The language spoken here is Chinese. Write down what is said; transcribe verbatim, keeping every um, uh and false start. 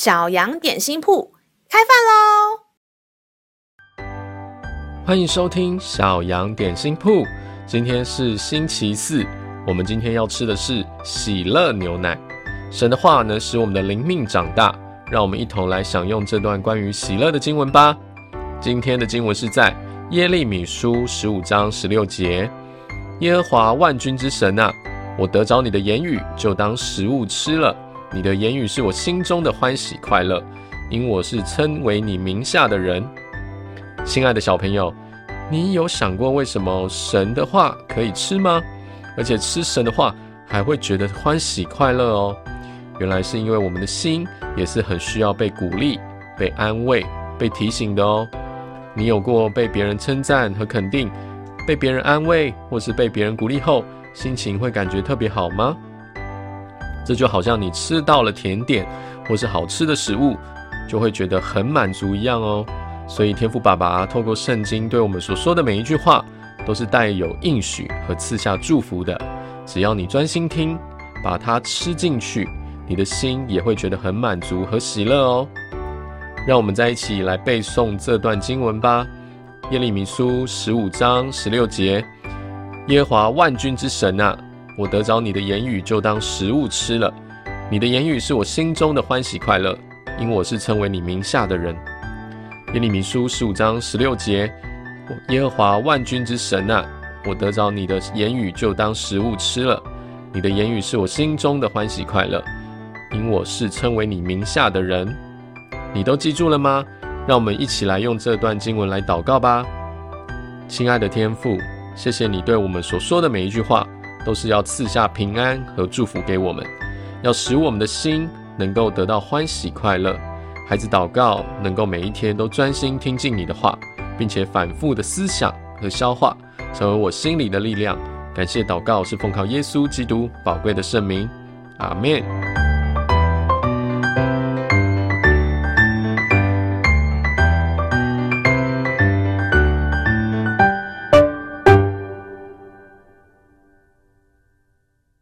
小羊点心铺开饭喽！ 欢迎收听小羊点心铺。今天是星期四，我们今天要吃的是喜乐牛奶。神的话呢，使我们的灵命长大，让我们一同来享用这段关于喜乐的经文吧。今天的经文是在耶利米书十五章十六节。耶和华万军之神啊，我得着你的言语，就当食物吃了。你的言语是我心中的欢喜快乐，因我是称为你名下的人。亲爱的小朋友，你有想过为什么神的话可以吃吗？而且吃神的话还会觉得欢喜快乐哦。原来是因为我们的心也是很需要被鼓励、被安慰、被提醒的哦。你有过被别人称赞和肯定，被别人安慰或是被别人鼓励后，心情会感觉特别好吗？这就好像你吃到了甜点或是好吃的食物，就会觉得很满足一样哦。所以天父爸爸透过圣经对我们所说的每一句话，都是带有应许和赐下祝福的。只要你专心听，把它吃进去，你的心也会觉得很满足和喜乐哦。让我们再一起来背诵这段经文吧。耶利米书十五章十六节。耶和华万军之神啊，我得着你的言语，就当食物吃了。你的言语是我心中的欢喜快乐，因我是称为你名下的人。耶利米书十五章十六节。耶和华万军之神啊，我得着你的言语，就当食物吃了。你的言语是我心中的欢喜快乐，因我是称为你名下的人。你都记住了吗？让我们一起来用这段经文来祷告吧。亲爱的天父，谢谢你对我们所说的每一句话，都是要赐下平安和祝福给我们，要使我们的心能够得到欢喜快乐。孩子祷告能够每一天都专心听进你的话，并且反复的思想和消化，成为我心里的力量。感谢祷告是奉靠耶稣基督宝贵的圣名，阿们。